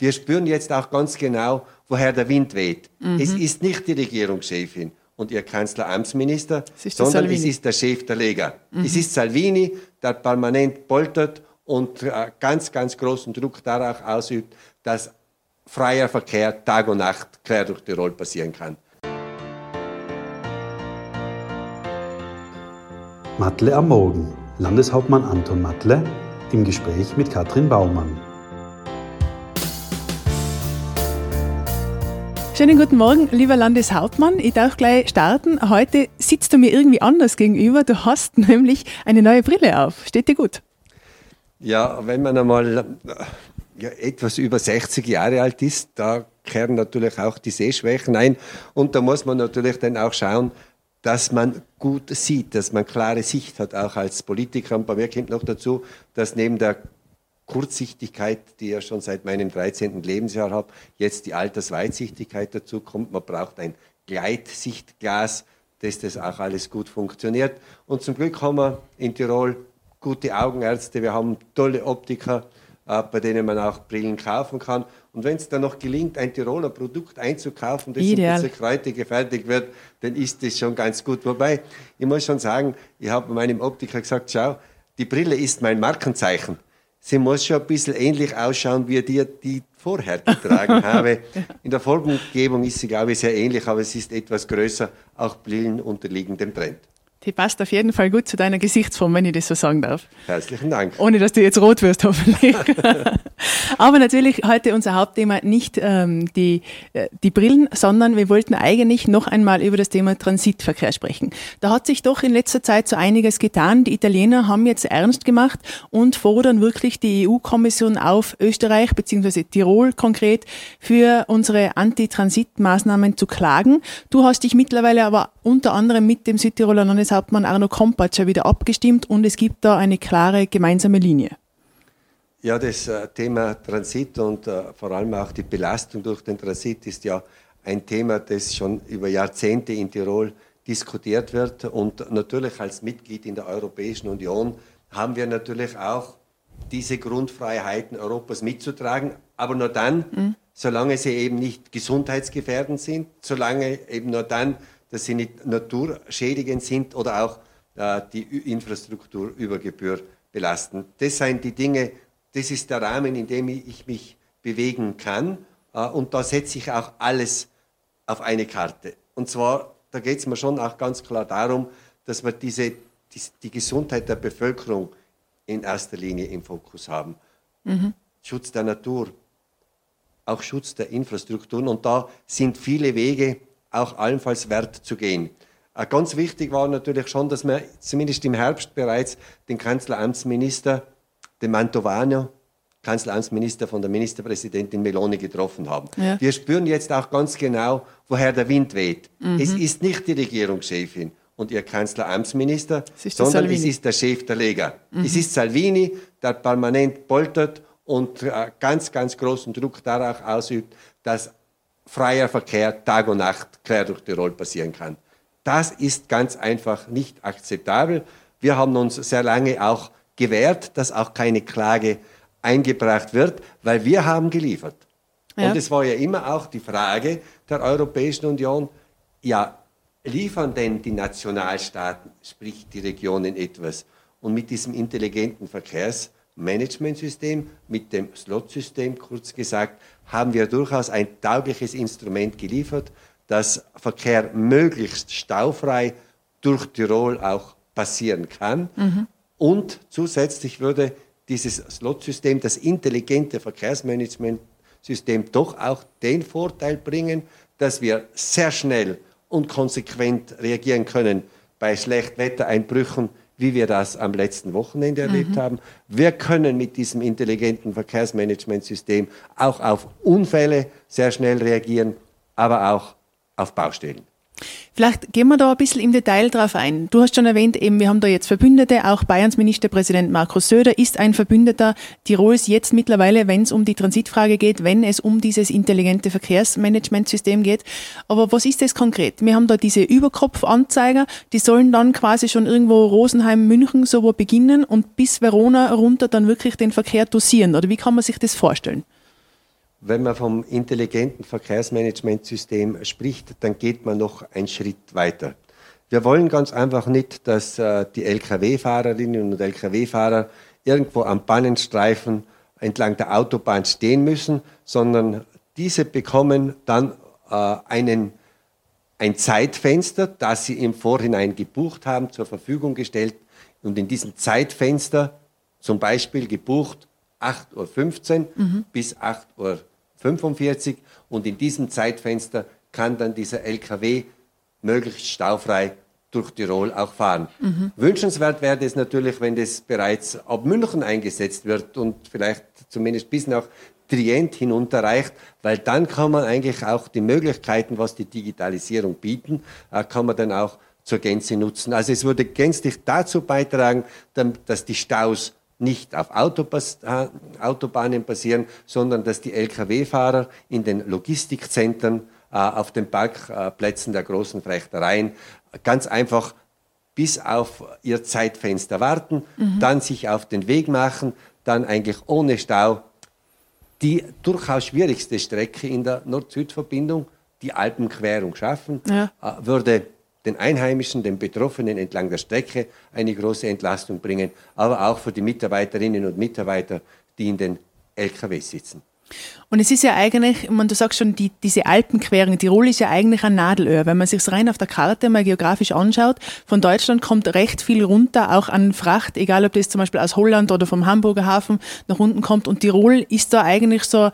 Wir spüren jetzt auch ganz genau, woher der Wind weht. Es ist nicht die Regierungschefin und ihr Kanzleramtsminister, sondern es ist der Chef der Lega. Es ist Salvini, der permanent poltert und ganz, ganz großen Druck darauf ausübt, dass freier Verkehr Tag und Nacht quer durch Tirol passieren kann. Matle am Morgen. Landeshauptmann Anton Matle im Gespräch mit Katrin Baumann. Schönen guten Morgen, lieber Landeshauptmann. Ich darf gleich starten. Heute sitzt du mir irgendwie anders gegenüber. Du hast nämlich eine neue Brille auf. Steht dir gut? Ja, wenn man einmal etwas über 60 Jahre alt ist, da kehren natürlich auch die Sehschwächen ein. Und da muss man natürlich dann auch schauen, dass man gut sieht, dass man klare Sicht hat, auch als Politiker. Und bei mir kommt noch dazu, dass neben der Kurzsichtigkeit, die ich ja schon seit meinem 13. Lebensjahr habe, jetzt die Altersweitsichtigkeit dazu kommt. Man braucht ein Gleitsichtglas, dass das auch alles gut funktioniert. Und zum Glück haben wir in Tirol gute Augenärzte, wir haben tolle Optiker, bei denen man auch Brillen kaufen kann. Und wenn es dann noch gelingt, ein Tiroler Produkt einzukaufen, das in dieser Kräuter gefertigt wird, dann ist das schon ganz gut. Wobei, ich muss schon sagen, ich habe meinem Optiker gesagt, schau, die Brille ist mein Markenzeichen. Sie muss schon ein bisschen ähnlich ausschauen, wie die vorher getragen habe. In der Formgebung ist sie, glaube ich, sehr ähnlich, aber es ist etwas größer. Auch Brillen unterliegen dem Trend. Die passt auf jeden Fall gut zu deiner Gesichtsform, wenn ich das so sagen darf. Herzlichen Dank. Ohne, dass du jetzt rot wirst, hoffentlich. Aber natürlich heute unser Hauptthema nicht die Brillen, sondern wir wollten eigentlich noch einmal über das Thema Transitverkehr sprechen. Da hat sich doch in letzter Zeit so einiges getan. Die Italiener haben jetzt ernst gemacht und fordern wirklich die EU-Kommission auf, Österreich bzw. Tirol konkret für unsere Anti-Transit-Maßnahmen zu klagen. Du hast dich mittlerweile aber unter anderem mit dem Südtiroler Landeshauptmann Arno Kompatscher wieder abgestimmt und es gibt da eine klare gemeinsame Linie. Ja, das Thema Transit und vor allem auch die Belastung durch den Transit ist ja ein Thema, das schon über Jahrzehnte in Tirol diskutiert wird. Und natürlich als Mitglied in der Europäischen Union haben wir natürlich auch diese Grundfreiheiten Europas mitzutragen, aber nur dann, solange sie eben nicht gesundheitsgefährdend sind, solange eben nur dann, dass sie nicht naturschädigend sind oder auch die Infrastruktur über Gebühr belasten. Das sind die Dinge, das ist der Rahmen, in dem ich mich bewegen kann. Und da setze ich auch alles auf eine Karte. Und zwar, da geht es mir schon auch ganz klar darum, dass wir die Gesundheit der Bevölkerung in erster Linie im Fokus haben. Schutz der Natur, auch Schutz der Infrastrukturen. Und da sind viele Wege auch allenfalls wert zu gehen. Ganz wichtig war natürlich schon, dass wir zumindest im Herbst bereits den Kanzleramtsminister, den Mantovano, Kanzleramtsminister von der Ministerpräsidentin Meloni getroffen haben. Ja. Wir spüren jetzt auch ganz genau, woher der Wind weht. Es ist nicht die Regierungschefin und ihr Kanzleramtsminister, sondern es ist der Chef der Lega. Es ist Salvini, der permanent poltert und ganz, ganz großen Druck darauf ausübt, dass freier Verkehr Tag und Nacht quer durch Tirol passieren kann. Das ist ganz einfach nicht akzeptabel. Wir haben uns sehr lange auch gewehrt, dass auch keine Klage eingebracht wird, weil wir haben geliefert. Ja. Und es war ja immer auch die Frage der Europäischen Union, ja, liefern denn die Nationalstaaten, sprich die Regionen etwas? Und mit diesem intelligenten Verkehrsmanagementsystem, mit dem Slot-System, kurz gesagt, haben wir durchaus ein taugliches Instrument geliefert, dass Verkehr möglichst staufrei durch Tirol auch passieren kann. Und zusätzlich würde dieses Slot-System, das intelligente Verkehrsmanagementsystem, doch auch den Vorteil bringen, dass wir sehr schnell und konsequent reagieren können bei Schlechtwettereinbrüchen, wie wir das am letzten Wochenende erlebt haben. Wir können mit diesem intelligenten Verkehrsmanagementsystem auch auf Unfälle sehr schnell reagieren, aber auch auf Baustellen. Vielleicht gehen wir da ein bisschen im Detail drauf ein. Du hast schon erwähnt, eben, wir haben da jetzt Verbündete, auch Bayerns Ministerpräsident Markus Söder ist ein Verbündeter Tirols jetzt mittlerweile, wenn es um die Transitfrage geht, wenn es um dieses intelligente Verkehrsmanagementsystem geht. Aber was ist das konkret? Wir haben da diese Überkopfanzeiger, die sollen dann quasi schon irgendwo Rosenheim, München so wo beginnen und bis Verona runter dann wirklich den Verkehr dosieren. Oder wie kann man sich das vorstellen? wenn man vom intelligenten Verkehrsmanagementsystem spricht, dann geht man noch einen Schritt weiter. Wir wollen ganz einfach nicht, dass die Lkw-Fahrerinnen und Lkw-Fahrer irgendwo am Pannenstreifen entlang der Autobahn stehen müssen, sondern diese bekommen dann ein Zeitfenster, das sie im Vorhinein gebucht haben, zur Verfügung gestellt. Und in diesem Zeitfenster, zum Beispiel gebucht 8:15 Uhr bis 8:45 Uhr. Und in diesem Zeitfenster kann dann dieser LKW möglichst staufrei durch Tirol auch fahren. Wünschenswert wäre es natürlich, wenn das bereits ab München eingesetzt wird und vielleicht zumindest bis nach Trient hinunterreicht, weil dann kann man eigentlich auch die Möglichkeiten, was die Digitalisierung bieten, kann man dann auch zur Gänze nutzen. Also es würde gänzlich dazu beitragen, dass die Staus nicht auf Autobahnen passieren, sondern dass die Lkw-Fahrer in den Logistikzentren, auf den Parkplätzen der großen Frechtereien ganz einfach bis auf ihr Zeitfenster warten, dann sich auf den Weg machen, dann eigentlich ohne Stau die durchaus schwierigste Strecke in der Nord-Süd-Verbindung, die Alpenquerung, schaffen, würde den Einheimischen, den Betroffenen entlang der Strecke eine große Entlastung bringen, aber auch für die Mitarbeiterinnen und Mitarbeiter, die in den LKWs sitzen. Und es ist ja eigentlich, du sagst schon, diese Alpenquerung, Tirol ist ja eigentlich ein Nadelöhr. Wenn man sich es rein auf der Karte mal geografisch anschaut, von Deutschland kommt recht viel runter, auch an Fracht, egal ob das zum Beispiel aus Holland oder vom Hamburger Hafen nach unten kommt. Und Tirol ist da eigentlich so,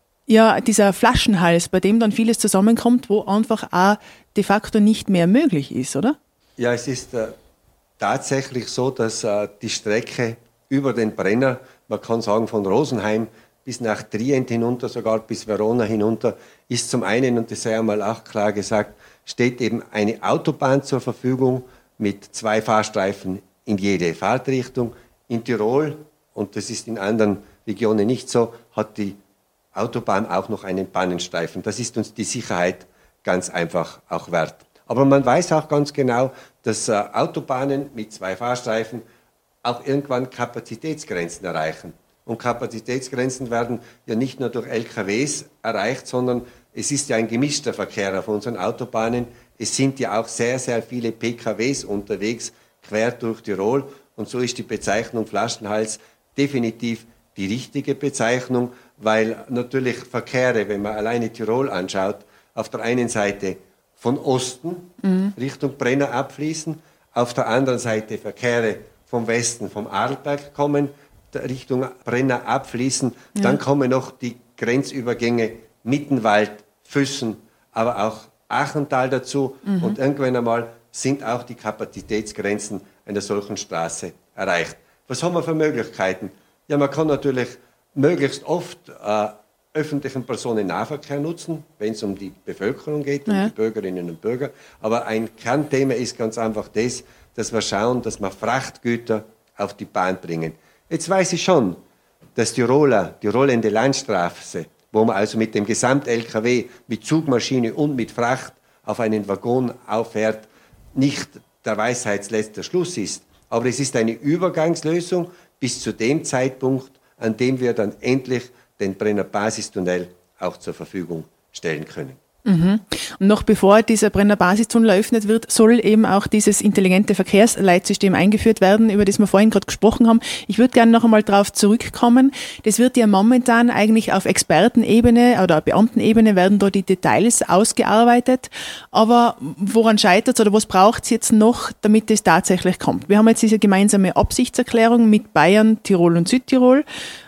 ja, dieser Flaschenhals, bei dem dann vieles zusammenkommt, wo einfach auch de facto nicht mehr möglich ist, oder? Ja, es ist tatsächlich so, dass die Strecke über den Brenner, man kann sagen von Rosenheim bis nach Trient hinunter, sogar bis Verona hinunter, ist zum einen, und das sei einmal auch klar gesagt, steht eben eine Autobahn zur Verfügung mit 2 Fahrstreifen in jede Fahrtrichtung. In Tirol, und das ist in anderen Regionen nicht so, hat die Autobahn auch noch einen Pannenstreifen. Das ist uns die Sicherheit ganz einfach auch wert. Aber man weiß auch ganz genau, dass Autobahnen mit 2 Fahrstreifen auch irgendwann Kapazitätsgrenzen erreichen. Und Kapazitätsgrenzen werden ja nicht nur durch LKWs erreicht, sondern es ist ja ein gemischter Verkehr auf unseren Autobahnen. Es sind ja auch sehr, sehr viele PKWs unterwegs, quer durch Tirol. Und so ist die Bezeichnung Flaschenhals definitiv die richtige Bezeichnung, weil natürlich Verkehre, wenn man alleine Tirol anschaut, auf der einen Seite von Osten Richtung Brenner abfließen, auf der anderen Seite Verkehre vom Westen, vom Arlberg kommen, Richtung Brenner abfließen. Ja. Dann kommen noch die Grenzübergänge Mittenwald, Füssen, aber auch Achental dazu. Und irgendwann einmal sind auch die Kapazitätsgrenzen einer solchen Straße erreicht. Was haben wir für Möglichkeiten? Ja, man kann natürlich möglichst oft öffentlichen Personennahverkehr nutzen, wenn es um die Bevölkerung geht, um die Bürgerinnen und Bürger. Aber ein Kernthema ist ganz einfach das, dass wir schauen, dass wir Frachtgüter auf die Bahn bringen. Jetzt weiß ich schon, dass die rollende Landstraße, wo man also mit dem Gesamt-LKW, mit Zugmaschine und mit Fracht auf einen Waggon auffährt, nicht der Weisheitsletzter Schluss ist. Aber es ist eine Übergangslösung bis zu dem Zeitpunkt, an dem wir dann endlich den Brenner Basistunnel auch zur Verfügung stellen können. Und noch bevor dieser Brenner Basistunnel eröffnet wird, soll eben auch dieses intelligente Verkehrsleitsystem eingeführt werden, über das wir vorhin gerade gesprochen haben. Ich würde gerne noch einmal darauf zurückkommen. Das wird ja momentan eigentlich auf Expertenebene oder Beamtenebene werden da die Details ausgearbeitet. Aber woran scheitert es oder was braucht es jetzt noch, damit es tatsächlich kommt? Wir haben jetzt diese gemeinsame Absichtserklärung mit Bayern, Tirol und Südtirol.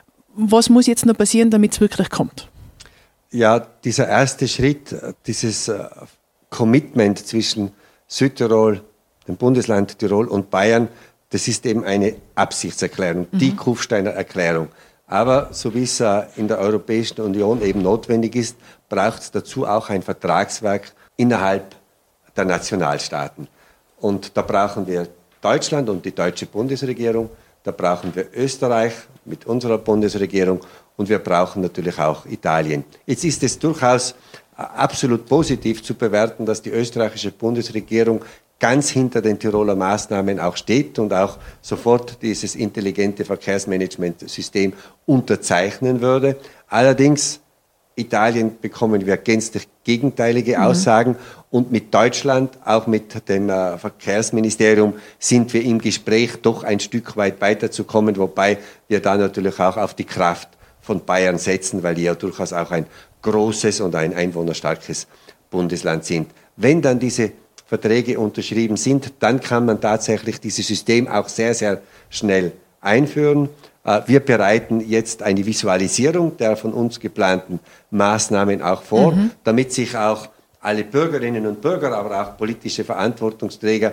Was muss jetzt noch passieren, damit es wirklich kommt? Ja, dieser erste Schritt, dieses Commitment zwischen Südtirol, dem Bundesland Tirol und Bayern, das ist eben eine Absichtserklärung, die Kufsteiner Erklärung. Aber so wie es in der Europäischen Union eben notwendig ist, braucht es dazu auch ein Vertragswerk innerhalb der Nationalstaaten. Und da brauchen wir Deutschland und die deutsche Bundesregierung, da brauchen wir Österreich mit unserer Bundesregierung und wir brauchen natürlich auch Italien. Jetzt ist es durchaus absolut positiv zu bewerten, dass die österreichische Bundesregierung ganz hinter den Tiroler Maßnahmen auch steht und auch sofort dieses intelligente Verkehrsmanagementsystem unterzeichnen würde. Allerdings Italien bekommen wir gänzlich gegenteilige Aussagen und mit Deutschland, auch mit dem Verkehrsministerium, sind wir im Gespräch, doch ein Stück weit weiterzukommen, wobei wir da natürlich auch auf die Kraft von Bayern setzen, weil die ja durchaus auch ein großes und ein einwohnerstarkes Bundesland sind. Wenn dann diese Verträge unterschrieben sind, dann kann man tatsächlich dieses System auch sehr, sehr schnell einführen. Wir bereiten jetzt eine Visualisierung der von uns geplanten Maßnahmen auch vor, damit sich auch alle Bürgerinnen und Bürger, aber auch politische Verantwortungsträger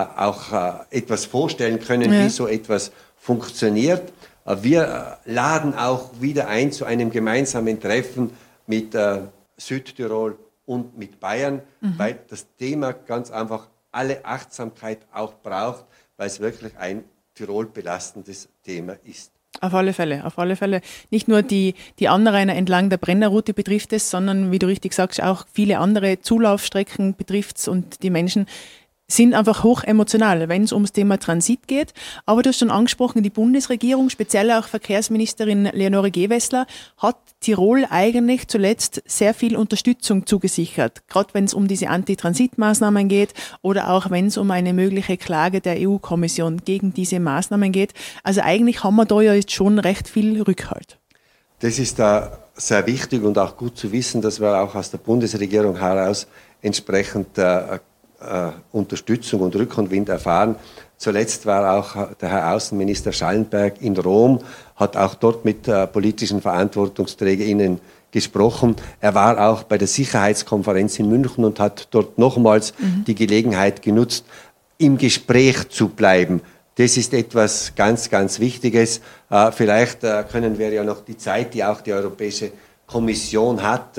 auch etwas vorstellen können, wie so etwas funktioniert. Wir laden auch wieder ein zu einem gemeinsamen Treffen mit Südtirol und mit Bayern, weil das Thema ganz einfach alle Achtsamkeit auch braucht, weil es wirklich ein Tirol belastendes Thema ist. Auf alle Fälle, auf alle Fälle. Nicht nur die Anrainer entlang der Brennerroute betrifft es, sondern, wie du richtig sagst, auch viele andere Zulaufstrecken betrifft es und die Menschen sind einfach hoch emotional, wenn es ums Thema Transit geht. Aber du hast schon angesprochen, die Bundesregierung, speziell auch Verkehrsministerin Leonore Gewessler, hat Tirol eigentlich zuletzt sehr viel Unterstützung zugesichert. Gerade wenn es um diese Anti-Transit-Maßnahmen geht oder auch wenn es um eine mögliche Klage der EU-Kommission gegen diese Maßnahmen geht. Also eigentlich haben wir da ja jetzt schon recht viel Rückhalt. Das ist da sehr wichtig und auch gut zu wissen, dass wir auch aus der Bundesregierung heraus entsprechend Unterstützung und Rückenwind erfahren. Zuletzt war auch der Herr Außenminister Schallenberg in Rom, hat auch dort mit politischen VerantwortungsträgerInnen gesprochen. Er war auch bei der Sicherheitskonferenz in München und hat dort nochmals die Gelegenheit genutzt, im Gespräch zu bleiben. Das ist etwas ganz, ganz Wichtiges. Vielleicht können wir ja noch die Zeit, die auch die Europäische Kommission hat,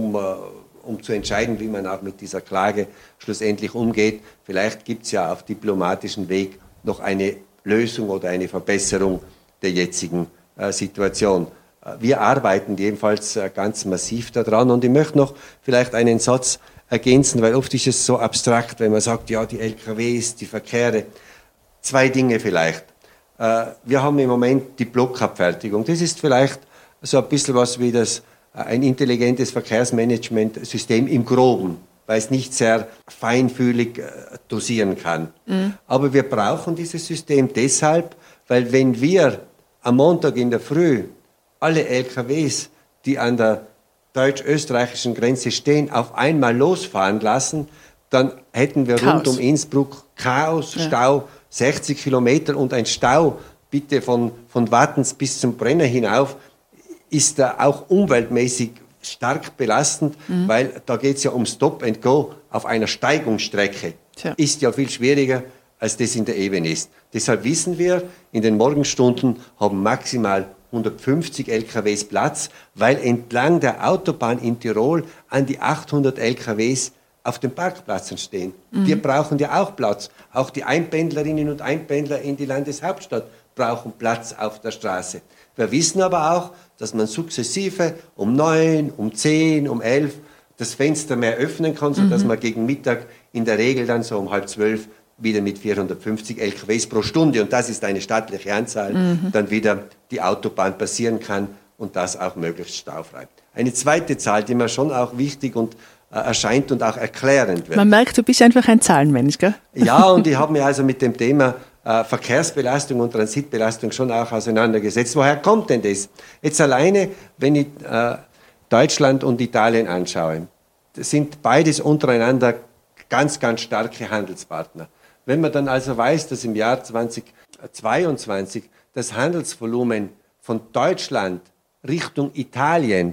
um zu entscheiden, wie man auch mit dieser Klage schlussendlich umgeht. Vielleicht gibt es ja auf diplomatischem Weg noch eine Lösung oder eine Verbesserung der jetzigen Situation. Wir arbeiten jedenfalls ganz massiv daran und ich möchte noch vielleicht einen Satz ergänzen, weil oft ist es so abstrakt, wenn man sagt, ja, die LKWs, die Verkehre. Zwei Dinge vielleicht. Wir haben im Moment die Blockabfertigung. Das ist vielleicht so ein bisschen was wie ein intelligentes Verkehrsmanagementsystem im Groben, weil es nicht sehr feinfühlig dosieren kann. Aber wir brauchen dieses System deshalb, weil wenn wir am Montag in der Früh alle LKWs, die an der deutsch-österreichischen Grenze stehen, auf einmal losfahren lassen, dann hätten wir Chaos. Rund um Innsbruck Chaos, Stau, 60 Kilometer und ein Stau, bitte von Wattens bis zum Brenner hinauf, ist da auch umweltmäßig stark belastend, weil da geht es ja um Stop and Go auf einer Steigungsstrecke. Tja. Ist ja viel schwieriger, als das in der Ebene ist. Deshalb wissen wir, in den Morgenstunden haben maximal 150 LKWs Platz, weil entlang der Autobahn in Tirol an die 800 LKWs auf den Parkplätzen stehen. Wir brauchen ja auch Platz. Auch die Einpendlerinnen und Einpendler in die Landeshauptstadt brauchen Platz auf der Straße. Wir wissen aber auch, dass man sukzessive um 9, um 10, um 11 das Fenster mehr öffnen kann, sodass man gegen Mittag in der Regel dann so um 11:30 wieder mit 450 LKWs pro Stunde, und das ist eine stattliche Anzahl, dann wieder die Autobahn passieren kann und das auch möglichst staufrei. Eine zweite Zahl, die mir schon auch wichtig und erscheint und auch erklärend wird. Man merkt, du bist einfach ein Zahlenmensch, gell? Ja, und ich habe mich also mit dem Thema Verkehrsbelastung und Transitbelastung schon auch auseinandergesetzt. Woher kommt denn das? Jetzt alleine, wenn ich Deutschland und Italien anschaue, das sind beides untereinander ganz, ganz starke Handelspartner. Wenn man dann also weiß, dass im Jahr 2022 das Handelsvolumen von Deutschland Richtung Italien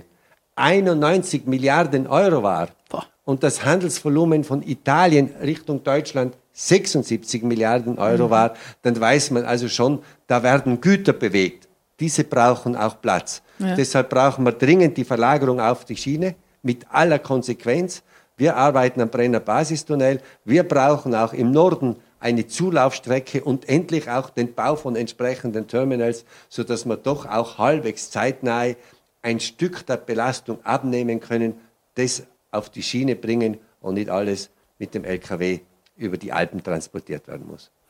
91 Milliarden Euro war und das Handelsvolumen von Italien Richtung Deutschland 76 Milliarden Euro war, dann weiß man also schon, da werden Güter bewegt. Diese brauchen auch Platz. Ja. Deshalb brauchen wir dringend die Verlagerung auf die Schiene mit aller Konsequenz. Wir arbeiten am Brenner Basistunnel. Wir brauchen auch im Norden eine Zulaufstrecke und endlich auch den Bau von entsprechenden Terminals, sodass wir doch auch halbwegs zeitnah ein Stück der Belastung abnehmen können, das auf die Schiene bringen und nicht alles mit dem LKW über die Alpen transportiert werden muss.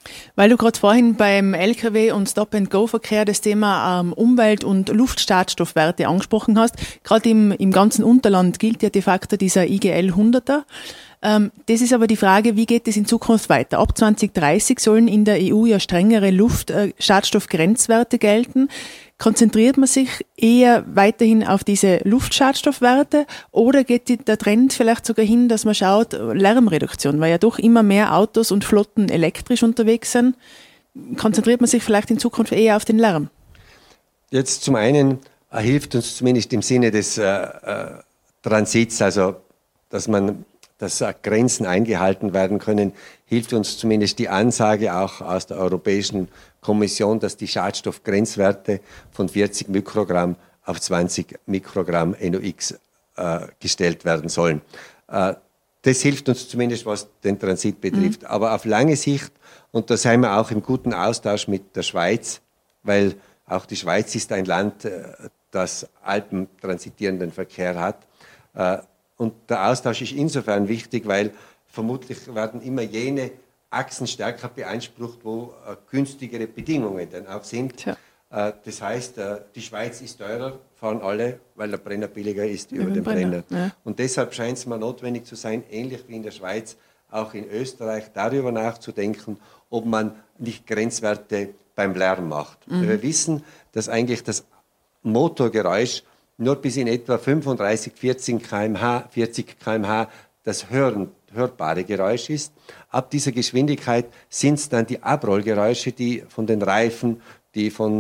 Weil du gerade vorhin beim Lkw- und Stop-and-Go-Verkehr das Thema Umwelt- und Luftschadstoffwerte angesprochen hast, gerade im ganzen Unterland gilt ja de facto dieser IGL 100er. Das ist aber die Frage, wie geht es in Zukunft weiter? Ab 2030 sollen in der EU ja strengere Luftschadstoffgrenzwerte gelten. Konzentriert man sich eher weiterhin auf diese Luftschadstoffwerte oder geht der Trend vielleicht sogar hin, dass man schaut, Lärmreduktion, weil ja doch immer mehr Autos und Flotten elektrisch unterwegs sind. Konzentriert man sich vielleicht in Zukunft eher auf den Lärm? Jetzt zum einen hilft uns zumindest im Sinne des Transits, also dass Grenzen eingehalten werden können, hilft uns zumindest die Ansage auch aus der Europäischen Kommission, dass die Schadstoffgrenzwerte von 40 Mikrogramm auf 20 Mikrogramm NOx gestellt werden sollen. Das hilft uns zumindest, was den Transit betrifft. Aber auf lange Sicht, und da sind wir auch im guten Austausch mit der Schweiz, weil auch die Schweiz ist ein Land, das alpentransitierenden Verkehr hat. Und der Austausch ist insofern wichtig, weil vermutlich werden immer jene Achsen stärker beansprucht, wo günstigere Bedingungen dann auch sind. Ja. Das heißt, die Schweiz ist teurer, fahren alle, weil der Brenner billiger ist über den Brenner. Ja. Und deshalb scheint es mir notwendig zu sein, ähnlich wie in der Schweiz, auch in Österreich darüber nachzudenken, ob man nicht Grenzwerte beim Lärm macht. Wir wissen, dass eigentlich das Motorgeräusch nur bis in etwa 35, 40 km/h das hörbare Geräusch ist. Ab dieser Geschwindigkeit sind es dann die Abrollgeräusche, die von den Reifen, die von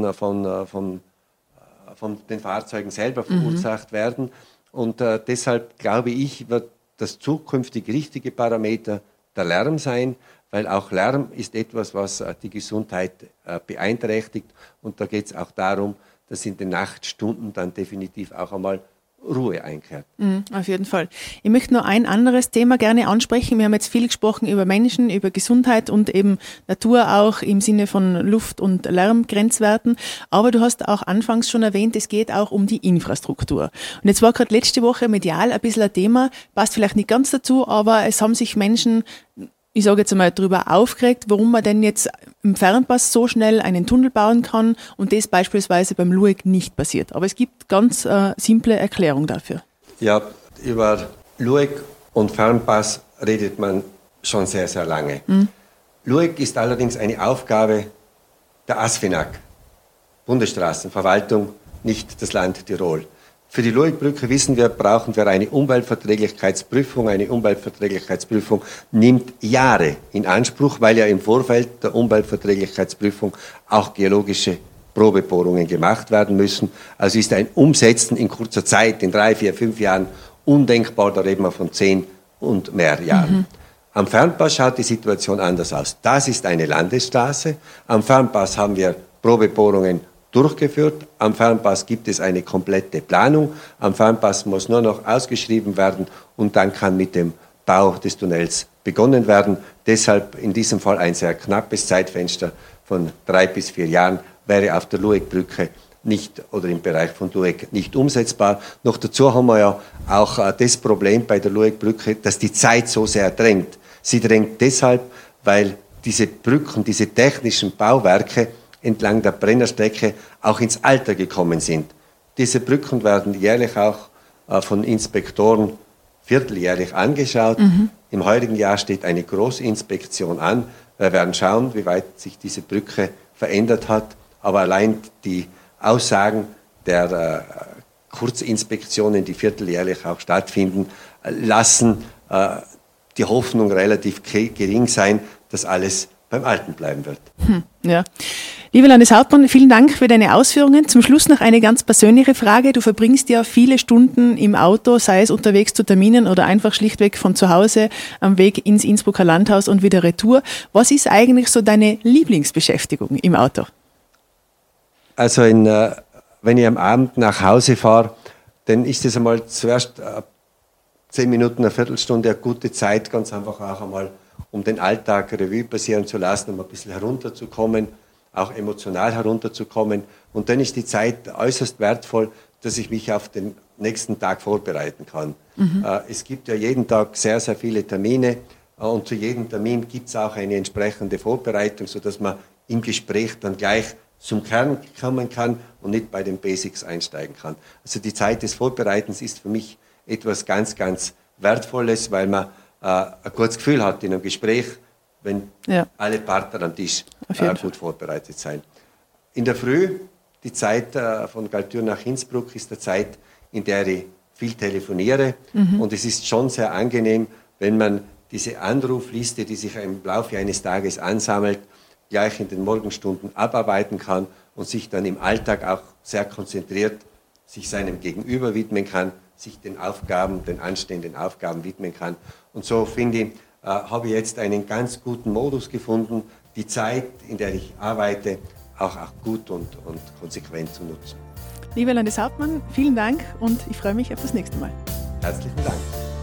den Fahrzeugen selber verursacht werden. Und deshalb glaube ich, wird das zukünftig richtige Parameter der Lärm sein, weil auch Lärm ist etwas, was die Gesundheit beeinträchtigt. Und da geht es auch darum, dass in den Nachtstunden dann definitiv auch einmal Ruhe einkehrt. Auf jeden Fall. Ich möchte noch ein anderes Thema gerne ansprechen. Wir haben jetzt viel gesprochen über Menschen, über Gesundheit und eben Natur auch im Sinne von Luft- und Lärmgrenzwerten. Aber du hast auch anfangs schon erwähnt, es geht auch um die Infrastruktur. Und jetzt war gerade letzte Woche medial ein bisschen ein Thema, passt vielleicht nicht ganz dazu, aber es haben sich Menschen, ich sage jetzt einmal, darüber aufgeregt, warum man denn jetzt im Fernpass so schnell einen Tunnel bauen kann und das beispielsweise beim Lueg nicht passiert. Aber es gibt ganz simple Erklärung dafür. Ja, über Lueg und Fernpass redet man schon sehr, sehr lange. Lueg ist allerdings eine Aufgabe der ASFINAG, Bundesstraßenverwaltung, nicht das Land Tirol. Für die Luegbrücke wissen wir, brauchen wir eine Umweltverträglichkeitsprüfung. Eine Umweltverträglichkeitsprüfung nimmt Jahre in Anspruch, weil ja im Vorfeld der Umweltverträglichkeitsprüfung auch geologische Probebohrungen gemacht werden müssen. Also ist ein Umsetzen in kurzer Zeit, in 3, 4, 5 Jahren, undenkbar. Da reden wir von 10 und mehr Jahren. Am Fernpass schaut die Situation anders aus. Das ist eine Landesstraße. Am Fernpass haben wir Probebohrungen durchgeführt. Am Fernpass gibt es eine komplette Planung. Am Fernpass muss nur noch ausgeschrieben werden und dann kann mit dem Bau des Tunnels begonnen werden. Deshalb in diesem Fall ein sehr knappes Zeitfenster von 3 bis 4 Jahren wäre auf der Luegbrücke nicht oder im Bereich von Lueg nicht umsetzbar. Noch dazu haben wir ja auch das Problem bei der Luegbrücke, dass die Zeit so sehr drängt. Sie drängt deshalb, weil diese Brücken, diese technischen Bauwerke entlang der Brennerstrecke auch ins Alter gekommen sind. Diese Brücken werden jährlich auch von Inspektoren vierteljährlich angeschaut. Im heurigen Jahr steht eine Großinspektion an. Wir werden schauen, wie weit sich diese Brücke verändert hat. Aber allein die Aussagen der Kurzinspektionen, die vierteljährlich auch stattfinden, lassen die Hoffnung relativ gering sein, dass alles beim Alten bleiben wird. Ja. Lieber Landeshauptmann, vielen Dank für deine Ausführungen. Zum Schluss noch eine ganz persönliche Frage. Du verbringst ja viele Stunden im Auto, sei es unterwegs zu Terminen oder einfach schlichtweg von zu Hause am Weg ins Innsbrucker Landhaus und wieder retour. Was ist eigentlich so deine Lieblingsbeschäftigung im Auto? Also wenn ich am Abend nach Hause fahre, dann ist es einmal zuerst 10 Minuten, eine Viertelstunde eine gute Zeit, ganz einfach auch einmal, um den Alltag Revue passieren zu lassen, um ein bisschen herunterzukommen, auch emotional herunterzukommen. Und dann ist die Zeit äußerst wertvoll, dass ich mich auf den nächsten Tag vorbereiten kann. Es gibt ja jeden Tag sehr, sehr viele Termine. Und zu jedem Termin gibt es auch eine entsprechende Vorbereitung, sodass man im Gespräch dann gleich zum Kern kommen kann und nicht bei den Basics einsteigen kann. Also die Zeit des Vorbereitens ist für mich etwas ganz, ganz Wertvolles, weil man ein gutes Gefühl hat in einem Gespräch, wenn alle Partner am Tisch gut vorbereitet sind. In der Früh, die Zeit von Galtür nach Innsbruck, ist die Zeit, in der ich viel telefoniere. Und es ist schon sehr angenehm, wenn man diese Anrufliste, die sich im Laufe eines Tages ansammelt, gleich in den Morgenstunden abarbeiten kann und sich dann im Alltag auch sehr konzentriert sich seinem Gegenüber widmen kann, sich den Aufgaben, den anstehenden Aufgaben widmen kann. Und so finde ich, habe ich jetzt einen ganz guten Modus gefunden, die Zeit, in der ich arbeite, auch gut und konsequent zu nutzen. Lieber Landeshauptmann, vielen Dank und ich freue mich auf das nächste Mal. Herzlichen Dank.